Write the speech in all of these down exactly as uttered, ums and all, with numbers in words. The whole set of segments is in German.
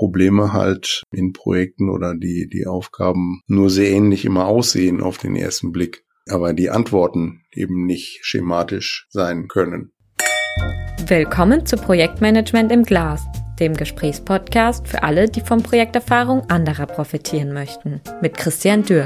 Probleme halt in Projekten oder die, die Aufgaben nur sehr ähnlich immer aussehen auf den ersten Blick, aber die Antworten eben nicht schematisch sein können. Willkommen zu Projektmanagement im Glas, dem Gesprächspodcast für alle, die von Projekterfahrung anderer profitieren möchten, mit Christian Dürk.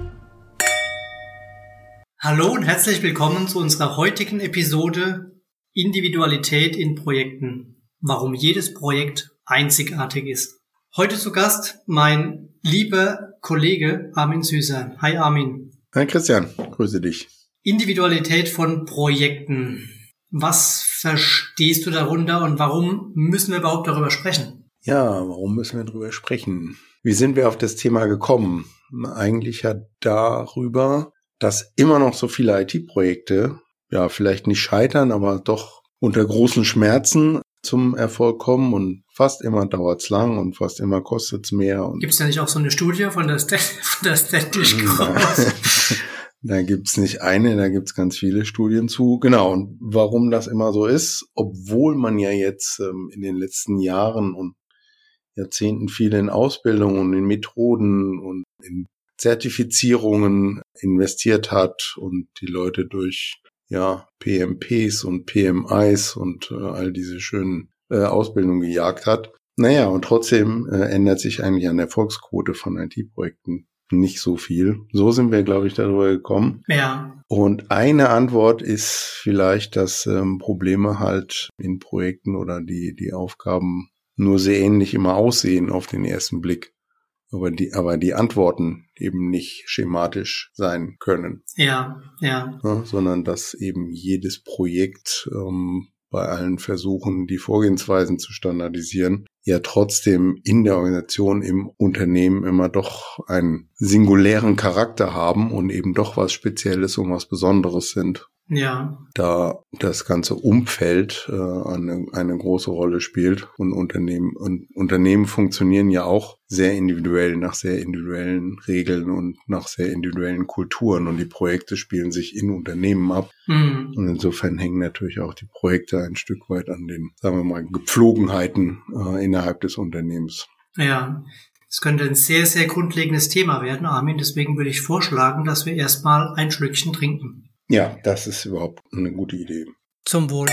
Hallo und herzlich willkommen zu unserer heutigen Episode Individualität in Projekten. Warum jedes Projekt einzigartig ist. Heute zu Gast mein lieber Kollege Armin Süßer. Hi Armin. Hi Christian, grüße dich. Individualität von Projekten. Was verstehst du darunter und warum müssen wir überhaupt darüber sprechen? Ja, warum müssen wir darüber sprechen? Wie sind wir auf das Thema gekommen? Eigentlich ja darüber, dass immer noch so viele I T-Projekte, ja vielleicht nicht scheitern, aber doch unter großen Schmerzen zum Erfolg kommen und fast immer dauert's lang und fast immer kostet's mehr. Gibt es da nicht auch so eine Studie von der, Stat- von der Statistik Cross? Da gibt's nicht eine, da gibt's ganz viele Studien zu. Genau, und warum das immer so ist, obwohl man ja jetzt ähm, in den letzten Jahren und Jahrzehnten viel in Ausbildung und in Methoden und in Zertifizierungen investiert hat und die Leute durch ja P M Ps und P M Is und äh, all diese schönen äh, Ausbildungen gejagt hat. Naja, und trotzdem äh, ändert sich eigentlich an der Erfolgsquote von I T-Projekten nicht so viel. So sind wir, glaube ich, darüber gekommen. Ja. Und eine Antwort ist vielleicht, dass ähm, Probleme halt in Projekten oder die die Aufgaben nur sehr ähnlich immer aussehen auf den ersten Blick. Aber die, aber die Antworten eben nicht schematisch sein können. Ja, ja. ja sondern dass eben jedes Projekt ähm, bei allen Versuchen, die Vorgehensweisen zu standardisieren, ja trotzdem in der Organisation, im Unternehmen immer doch einen singulären Charakter haben und eben doch was Spezielles und was Besonderes sind. Ja. Da das ganze Umfeld äh, eine, eine große Rolle spielt und Unternehmen und Unternehmen funktionieren ja auch sehr individuell nach sehr individuellen Regeln und nach sehr individuellen Kulturen und die Projekte spielen sich in Unternehmen ab mhm. und insofern hängen natürlich auch die Projekte ein Stück weit an den, sagen wir mal, Gepflogenheiten äh, innerhalb des Unternehmens. Ja. Es könnte ein sehr, sehr grundlegendes Thema werden, Armin. Deswegen würde ich vorschlagen, dass wir erstmal ein Schlückchen trinken. Ja, das ist überhaupt eine gute Idee. Zum Wohl.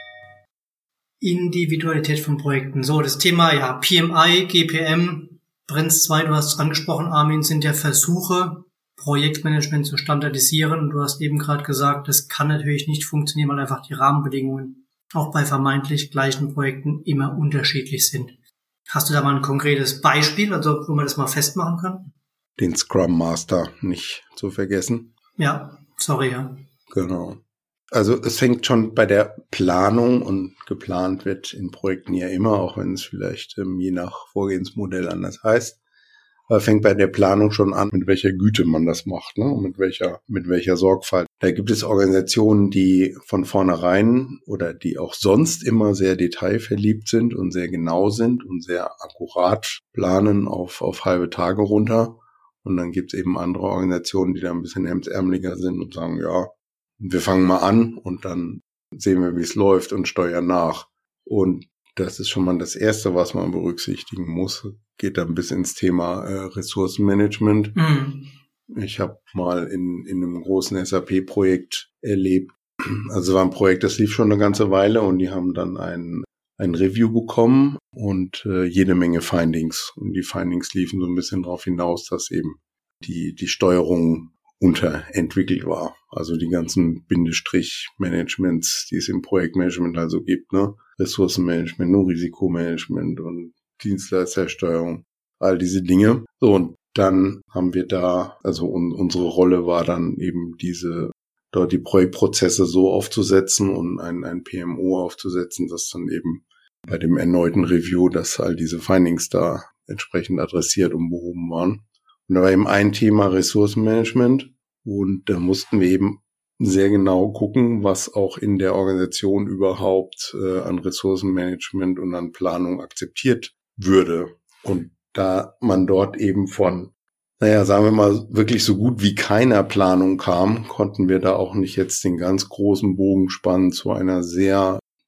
Individualität von Projekten. So, das Thema, ja, P M I, G P M, Prinz zwei, du hast es angesprochen, Armin, sind ja Versuche, Projektmanagement zu standardisieren. Und du hast eben gerade gesagt, das kann natürlich nicht funktionieren, weil einfach die Rahmenbedingungen auch bei vermeintlich gleichen Projekten immer unterschiedlich sind. Hast du da mal ein konkretes Beispiel, also wo man das mal festmachen kann? Den Scrum Master nicht zu vergessen. Ja, sorry, ja. Genau. Also es fängt schon bei der Planung und geplant wird in Projekten ja immer, auch wenn es vielleicht ähm, je nach Vorgehensmodell anders heißt. Aber fängt bei der Planung schon an, mit welcher Güte man das macht, ne? Und mit welcher, mit welcher Sorgfalt. Da gibt es Organisationen, die von vornherein oder die auch sonst immer sehr detailverliebt sind und sehr genau sind und sehr akkurat planen auf, auf halbe Tage runter. Und dann gibt es eben andere Organisationen, die da ein bisschen hemdsärmeliger sind und sagen, ja, wir fangen mal an und dann sehen wir, wie es läuft und steuern nach. Und das ist schon mal das Erste, was man berücksichtigen muss. Geht dann bis ins Thema äh, Ressourcenmanagement. Mhm. Ich habe mal in, in einem großen S A P-Projekt erlebt, also es war ein Projekt, das lief schon eine ganze Weile und die haben dann ein, ein Review bekommen und äh, jede Menge Findings. Und die Findings liefen so ein bisschen darauf hinaus, dass eben die, die Steuerung unterentwickelt war. Also die ganzen Bindestrich-Managements, die es im Projektmanagement also gibt, ne? Ressourcenmanagement, nur Risikomanagement und Dienstleistersteuerung, all diese Dinge. So, und dann haben wir da, also un, unsere Rolle war dann eben diese, dort die Projektprozesse so aufzusetzen und ein, ein P M O aufzusetzen, dass dann eben bei dem erneuten Review, dass all diese Findings da entsprechend adressiert und behoben waren. Und da war eben ein Thema Ressourcenmanagement und da mussten wir eben sehr genau gucken, was auch in der Organisation überhaupt äh, an Ressourcenmanagement und an Planung akzeptiert würde. Und da man dort eben von, naja, sagen wir mal, wirklich so gut wie keiner Planung kam, konnten wir da auch nicht jetzt den ganz großen Bogen spannen zu einer sehr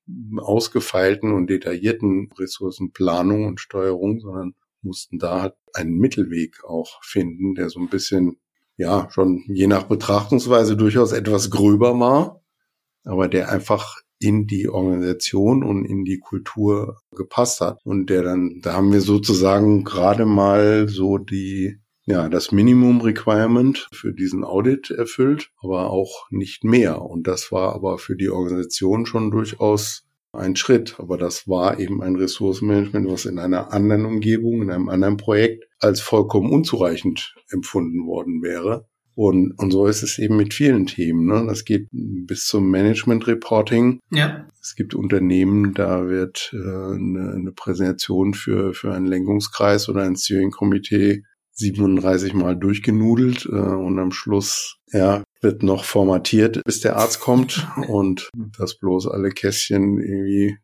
ausgefeilten und detaillierten Ressourcenplanung und Steuerung, sondern mussten da einen Mittelweg auch finden, der so ein bisschen, ja, schon je nach Betrachtungsweise durchaus etwas gröber war, aber der einfach in die Organisation und in die Kultur gepasst hat. Und der dann, da haben wir sozusagen gerade mal so die, ja, das Minimum Requirement für diesen Audit erfüllt, aber auch nicht mehr. Und das war aber für die Organisation schon durchaus ein Schritt. Aber das war eben ein Ressourcenmanagement, was in einer anderen Umgebung, in einem anderen Projekt als vollkommen unzureichend empfunden worden wäre. Und, und so ist es eben mit vielen Themen, ne? Das geht bis zum Management-Reporting. Ja. Es gibt Unternehmen, da wird äh, eine, eine Präsentation für, für einen Lenkungskreis oder ein Steering-Komitee siebenunddreißig Mal durchgenudelt äh, und am Schluss ja wird noch formatiert, bis der Arzt kommt und dass bloß alle Kästchen irgendwie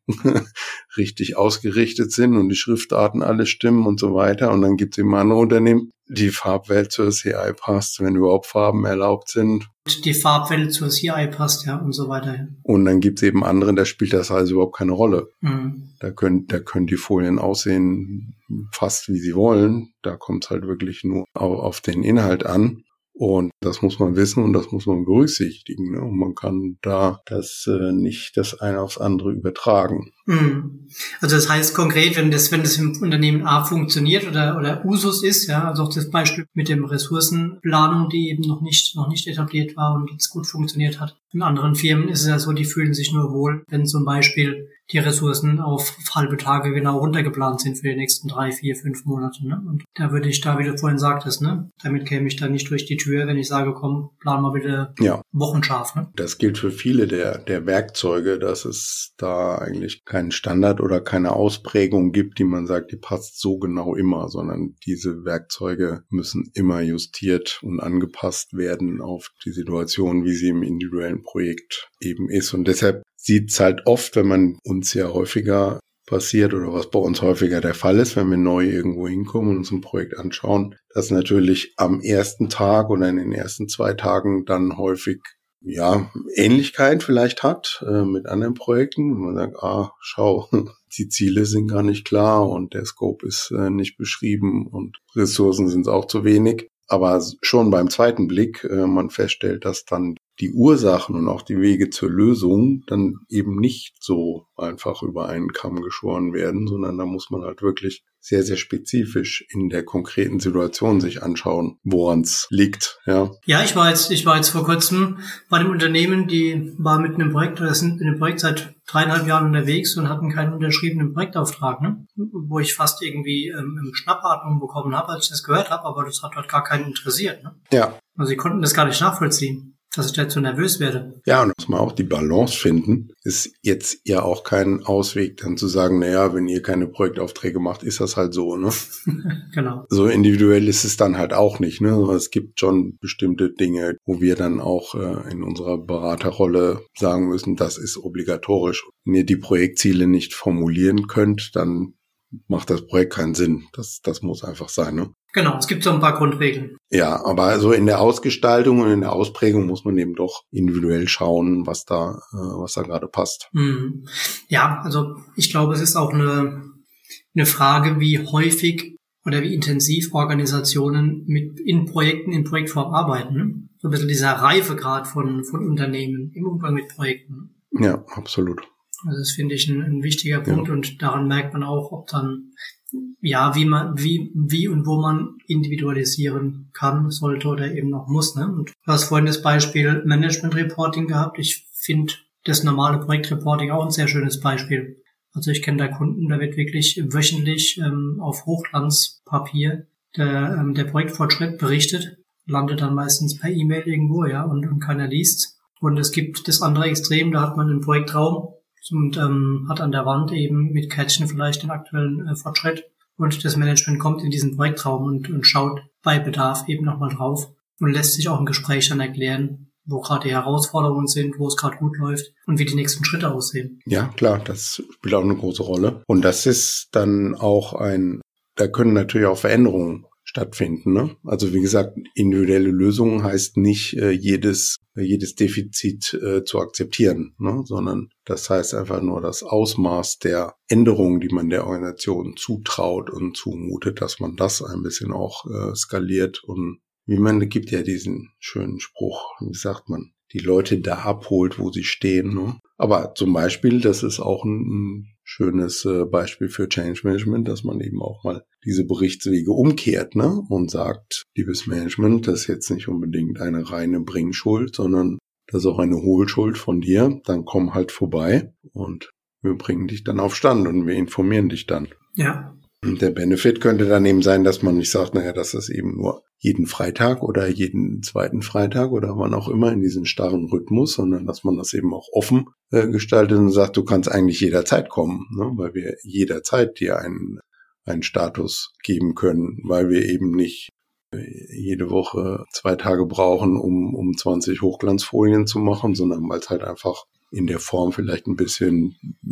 richtig ausgerichtet sind und die Schriftarten alle stimmen und so weiter. Und dann gibt es eben andere Unternehmen, die Farbwelt zur C I passt, wenn überhaupt Farben erlaubt sind. Die Farbwelt zur C I passt, ja, und so weiter. Und dann gibt es eben andere, da spielt das also überhaupt keine Rolle. Mhm. Da können, da können die Folien aussehen fast wie sie wollen. Da kommt es halt wirklich nur auf, auf den Inhalt an. Und das muss man wissen und das muss man berücksichtigen. Ne? Und man kann da das äh, nicht das eine aufs andere übertragen. Mhm. Also das heißt konkret, wenn das, wenn das im Unternehmen A funktioniert oder, oder Usus ist, ja, also auch das Beispiel mit dem Ressourcenplanung, die eben noch nicht, noch nicht etabliert war und jetzt gut funktioniert hat. In anderen Firmen ist es ja so, die fühlen sich nur wohl, wenn zum Beispiel die Ressourcen auf halbe Tage genau runtergeplant sind für die nächsten drei, vier, fünf Monate. Ne? Und da würde ich da, wie du vorhin sagtest, ne, damit käme ich dann nicht durch die Tür, wenn ich sage, komm, plan mal bitte ja. wochenscharf. Ne? Das gilt für viele der, der Werkzeuge, dass es da eigentlich keinen Standard oder keine Ausprägung gibt, die man sagt, die passt so genau immer, sondern diese Werkzeuge müssen immer justiert und angepasst werden auf die Situation, wie sie im individuellen Projekt eben ist. Und deshalb sieht es halt oft, wenn man uns ja häufiger passiert oder was bei uns häufiger der Fall ist, wenn wir neu irgendwo hinkommen und uns ein Projekt anschauen, dass natürlich am ersten Tag oder in den ersten zwei Tagen dann häufig ja Ähnlichkeit vielleicht hat äh, mit anderen Projekten. Und man sagt, ah, schau, die Ziele sind gar nicht klar und der Scope ist äh, nicht beschrieben und Ressourcen sind auch zu wenig. Aber schon beim zweiten Blick äh, man feststellt, dass dann die Ursachen und auch die Wege zur Lösung dann eben nicht so einfach über einen Kamm geschoren werden, sondern da muss man halt wirklich sehr, sehr spezifisch in der konkreten Situation sich anschauen, woran es liegt. Ja, ja ich war jetzt ich war jetzt vor kurzem bei einem Unternehmen, die war mit einem Projekt oder sind mit einem Projekt seit dreieinhalb Jahren unterwegs und hatten keinen unterschriebenen Projektauftrag, ne? Wo ich fast irgendwie ähm, Schnappatmung bekommen habe, als ich das gehört habe, aber das hat dort gar keinen interessiert. Ne? Ja. Also sie konnten das gar nicht nachvollziehen, dass ich da zu nervös werde. Ja, und muss man auch die Balance finden, ist jetzt ja auch kein Ausweg, dann zu sagen, naja, wenn ihr keine Projektaufträge macht, ist das halt so, ne? Genau. So individuell ist es dann halt auch nicht, ne? Es gibt schon bestimmte Dinge, wo wir dann auch äh, in unserer Beraterrolle sagen müssen, das ist obligatorisch. Wenn ihr die Projektziele nicht formulieren könnt, dann macht das Projekt keinen Sinn. Das, das muss einfach sein, ne? Genau, es gibt so ein paar Grundregeln. Ja, aber so in der Ausgestaltung und in der Ausprägung muss man eben doch individuell schauen, was da, äh, was da gerade passt. Mhm. Ja, also ich glaube, es ist auch eine, eine Frage, wie häufig oder wie intensiv Organisationen mit in Projekten, in Projektform arbeiten. Ne? So ein bisschen dieser Reifegrad von, von Unternehmen im Umgang mit Projekten. Ja, absolut. Also das finde ich ein, ein wichtiger Punkt, ja. Und daran merkt man auch, ob dann ja, wie man, wie, wie und wo man individualisieren kann, sollte oder eben noch muss, ne? Und du hast vorhin das Beispiel Management Reporting gehabt. Ich finde das normale Projektreporting auch ein sehr schönes Beispiel. Also ich kenne da Kunden, da wird wirklich wöchentlich ähm, auf Hochglanzpapier der, ähm, der Projektfortschritt berichtet, landet dann meistens per E-Mail irgendwo, ja, und, und keiner liest. Und es gibt das andere Extrem, da hat man einen Projektraum und ähm, hat an der Wand eben mit Kärtchen vielleicht den aktuellen äh, Fortschritt und das Management kommt in diesen Projektraum und, und schaut bei Bedarf eben nochmal drauf und lässt sich auch im Gespräch dann erklären, wo gerade die Herausforderungen sind, wo es gerade gut läuft und wie die nächsten Schritte aussehen. Ja, klar, das spielt auch eine große Rolle. Und das ist dann auch ein, da können natürlich auch Veränderungen stattfinden. Ne? Also wie gesagt, individuelle Lösungen heißt nicht äh, jedes jedes Defizit äh, zu akzeptieren, ne? Sondern das heißt einfach nur das Ausmaß der Änderungen, die man der Organisation zutraut und zumutet, dass man das ein bisschen auch äh, skaliert. Und wie man gibt ja diesen schönen Spruch, wie sagt man, die Leute da abholt, wo sie stehen. Ne? Aber zum Beispiel, das ist auch ein, ein schönes äh, Beispiel für Change Management, dass man eben auch mal diese Berichtswege umkehrt, ne? Und sagt, liebes Management, das ist jetzt nicht unbedingt eine reine Bringschuld, sondern das ist auch eine Hohlschuld von dir. Dann komm halt vorbei und wir bringen dich dann auf Stand und wir informieren dich dann. Ja. Und der Benefit könnte dann eben sein, dass man nicht sagt, naja, das ist eben nur jeden Freitag oder jeden zweiten Freitag oder wann auch immer in diesen starren Rhythmus, sondern dass man das eben auch offen äh, gestaltet und sagt, du kannst eigentlich jederzeit kommen, ne? Weil wir jederzeit dir einen, einen Status geben können, weil wir eben nicht äh, jede Woche zwei Tage brauchen, um, um zwanzig Hochglanzfolien zu machen, sondern weil es halt einfach in der Form vielleicht ein bisschen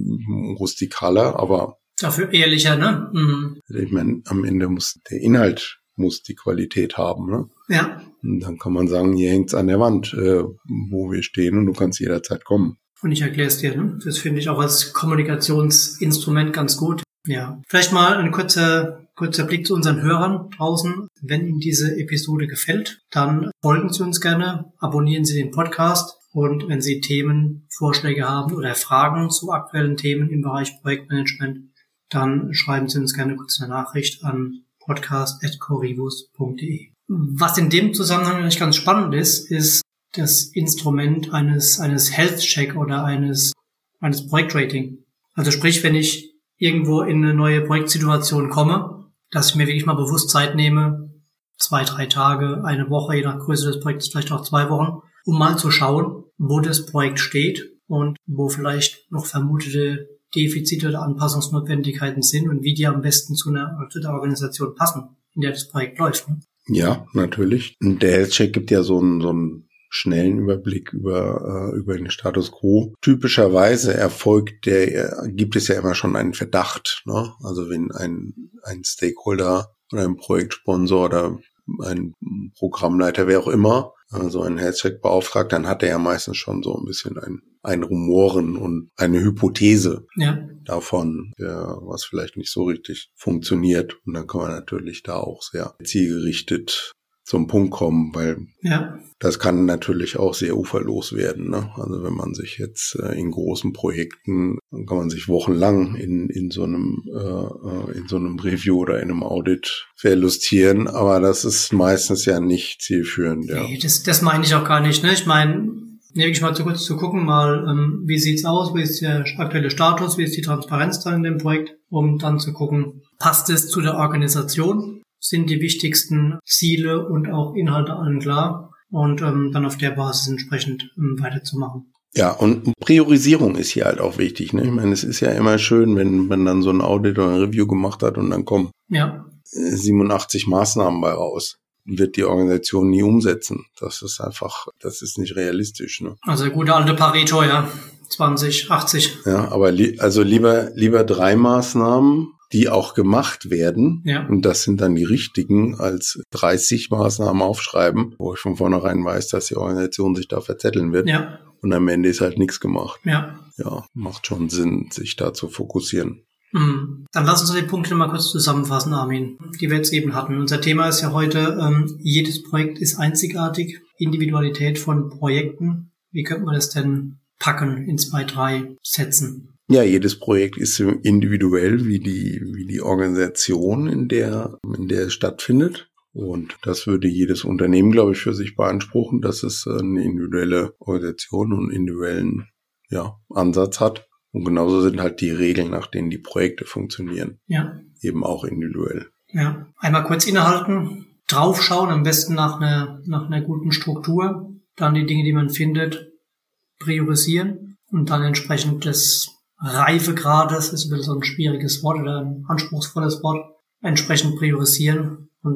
rustikaler, aber dafür ehrlicher, ne? Mhm. Ich meine, am Ende muss der Inhalt muss die Qualität haben, ne? Ja. Und dann kann man sagen, hier hängt's an der Wand, äh, wo wir stehen und du kannst jederzeit kommen. Und ich erkläre es dir, ne? Das finde ich auch als Kommunikationsinstrument ganz gut. Ja. Vielleicht mal ein kurzer, kurzer Blick zu unseren Hörern draußen. Wenn Ihnen diese Episode gefällt, dann folgen Sie uns gerne, abonnieren Sie den Podcast und wenn Sie Themen, Vorschläge haben oder Fragen zu aktuellen Themen im Bereich Projektmanagement, dann schreiben Sie uns gerne kurz eine Nachricht an podcast at corivus punkt de. Was in dem Zusammenhang eigentlich ganz spannend ist, ist das Instrument eines eines Health Check oder eines eines Projektrating. Also sprich, wenn ich irgendwo in eine neue Projektsituation komme, dass ich mir wirklich mal bewusst Zeit nehme, zwei, drei Tage, eine Woche, je nach Größe des Projektes, vielleicht auch zwei Wochen, um mal zu schauen, wo das Projekt steht und wo vielleicht noch vermutete Defizite oder Anpassungsnotwendigkeiten sind und wie die am besten zu einer zu der Organisation passen, in der das Projekt läuft. Ne? Ja, natürlich. Und der Health Check gibt ja so einen, so einen schnellen Überblick über, äh, über den Status Quo. Typischerweise erfolgt der, gibt es ja immer schon einen Verdacht, ne? Also wenn ein, ein Stakeholder oder ein Projektsponsor oder ein Programmleiter, wer auch immer, also ein Health Check beauftragt, dann hat er ja meistens schon so ein bisschen ein, ein Rumoren und eine Hypothese ja. davon, ja, was vielleicht nicht so richtig funktioniert. Und dann kann man natürlich da auch sehr zielgerichtet zum Punkt kommen, weil ja. das kann natürlich auch sehr uferlos werden, ne? Also wenn man sich jetzt äh, in großen Projekten, dann kann man sich wochenlang in in so einem äh, in so einem Review oder in einem Audit verlustieren, aber das ist meistens ja nicht zielführend. Ja. Nee, das, das meine ich auch gar nicht. Ne? Ich meine, wirklich mal zu kurz zu gucken, mal ähm, wie sieht's aus, wie ist der aktuelle Status, wie ist die Transparenz dann in dem Projekt, um dann zu gucken, passt es zu der Organisation? Sind die wichtigsten Ziele und auch Inhalte allen klar und ähm, dann auf der Basis entsprechend ähm, weiterzumachen. Ja, und Priorisierung ist hier halt auch wichtig, ne? Ich meine, es ist ja immer schön, wenn man dann so ein Audit oder ein Review gemacht hat und dann kommen ja. siebenundachtzig Maßnahmen bei raus. Wird die Organisation nie umsetzen. Das ist einfach, das ist nicht realistisch, ne? Also der gute alte Pareto, ja, zwanzig, achtzig. Ja, aber li- also lieber lieber drei Maßnahmen, die auch gemacht werden. Ja. Und das sind dann die richtigen, als dreißig Maßnahmen aufschreiben, wo ich von vornherein weiß, dass die Organisation sich da verzetteln wird. Ja. Und am Ende ist halt nichts gemacht. Ja. Ja, macht schon Sinn, sich da zu fokussieren. Mhm. Dann lass uns die Punkte mal kurz zusammenfassen, Armin, die wir jetzt eben hatten. Unser Thema ist ja heute, ähm, jedes Projekt ist einzigartig, Individualität von Projekten. Wie könnte man das denn packen in zwei, drei Sätzen? Ja, jedes Projekt ist individuell wie die, wie die Organisation, in der, in der es stattfindet. Und das würde jedes Unternehmen, glaube ich, für sich beanspruchen, dass es eine individuelle Organisation und einen individuellen, ja, Ansatz hat. Und genauso sind halt die Regeln, nach denen die Projekte funktionieren. Ja. Eben auch individuell. Ja. Einmal kurz innehalten, draufschauen, am besten nach einer, nach einer guten Struktur. Dann die Dinge, die man findet, priorisieren und dann entsprechend das Reifegrad, das ist ein bisschen so ein schwieriges Wort oder ein anspruchsvolles Wort, entsprechend priorisieren und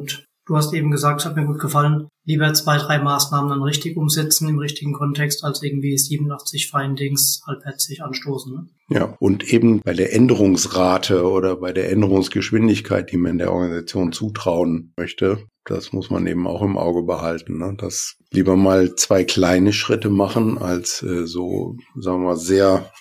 Du hast eben gesagt, es hat mir gut gefallen, lieber zwei, drei Maßnahmen dann richtig umsetzen im richtigen Kontext, als irgendwie siebenundachtzig Findings halbherzig anstoßen. Ne? Ja, und eben bei der Änderungsrate oder bei der Änderungsgeschwindigkeit, die man der Organisation zutrauen möchte, das muss man eben auch im Auge behalten, ne? Dass lieber mal zwei kleine Schritte machen, als äh, so, sagen wir mal, sehr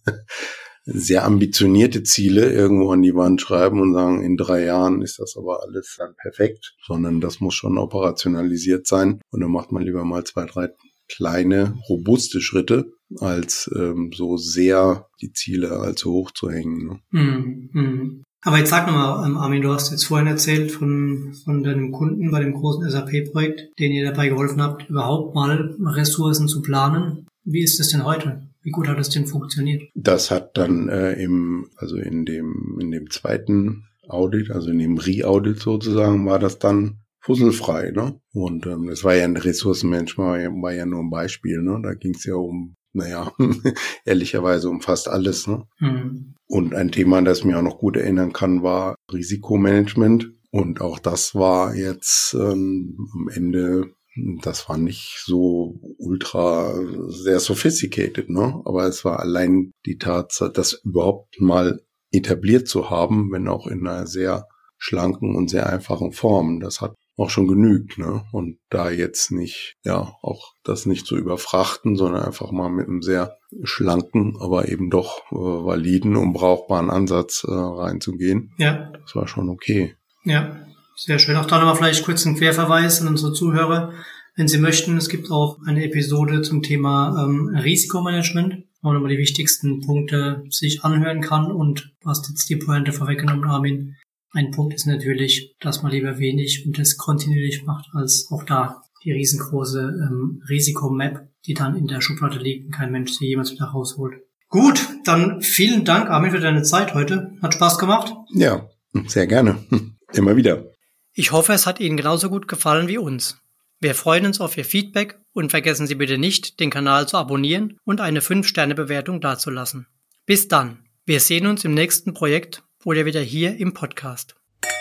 sehr ambitionierte Ziele irgendwo an die Wand schreiben und sagen, in drei Jahren ist das aber alles dann perfekt, sondern das muss schon operationalisiert sein. Und dann macht man lieber mal zwei, drei kleine, robuste Schritte, als ähm, so sehr die Ziele allzu hoch zu hängen. Ne? Mhm. Mhm. Aber jetzt sag nochmal, ähm, Armin, du hast jetzt vorhin erzählt von von deinem Kunden bei dem großen S A P-Projekt, den ihr dabei geholfen habt, überhaupt mal Ressourcen zu planen. Wie ist das denn heute? Wie gut hat das denn funktioniert? Das hat dann äh, im, also in dem in dem zweiten Audit, also in dem Re-Audit sozusagen, war das dann fusselfrei, ne? Und ähm, das war ja ein Ressourcenmanagement, war ja, war ja nur ein Beispiel, ne? Da ging es ja um, naja, ehrlicherweise um fast alles, ne? Mhm. Und ein Thema, das ich mir auch noch gut erinnern kann, war Risikomanagement. Und auch das war jetzt ähm, am Ende, das war nicht so ultra sehr sophisticated, ne? Aber es war allein die Tatsache, das überhaupt mal etabliert zu haben, wenn auch in einer sehr schlanken und sehr einfachen Form. Das hat auch schon genügt, ne? Und da jetzt nicht, ja, auch das nicht zu überfrachten, sondern einfach mal mit einem sehr schlanken, aber eben doch äh, validen und brauchbaren Ansatz äh, reinzugehen. Ja. Das war schon okay. Ja, sehr schön. Auch da nochmal vielleicht kurz einen Querverweis an unsere Zuhörer. Wenn Sie möchten, es gibt auch eine Episode zum Thema ähm, Risikomanagement, wo man nochmal die wichtigsten Punkte sich anhören kann. Und du hast jetzt die Pointe vorweggenommen, Armin. Ein Punkt ist natürlich, dass man lieber wenig und das kontinuierlich macht, als auch da die riesengroße ähm, Risikomap, die dann in der Schublade liegt und kein Mensch sie jemals wieder rausholt. Gut, dann vielen Dank, Armin, für deine Zeit heute. Hat Spaß gemacht? Ja, sehr gerne. Immer wieder. Ich hoffe, es hat Ihnen genauso gut gefallen wie uns. Wir freuen uns auf Ihr Feedback und vergessen Sie bitte nicht, den Kanal zu abonnieren und eine fünf Sterne Bewertung dazulassen. Bis dann. Wir sehen uns im nächsten Projekt oder wieder hier im Podcast.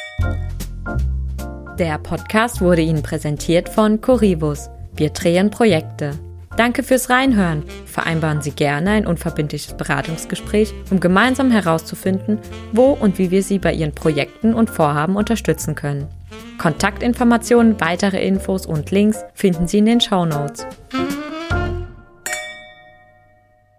Der Podcast wurde Ihnen präsentiert von Corrivus. Wir drehen Projekte. Danke fürs Reinhören. Vereinbaren Sie gerne ein unverbindliches Beratungsgespräch, um gemeinsam herauszufinden, wo und wie wir Sie bei Ihren Projekten und Vorhaben unterstützen können. Kontaktinformationen, weitere Infos und Links finden Sie in den Shownotes.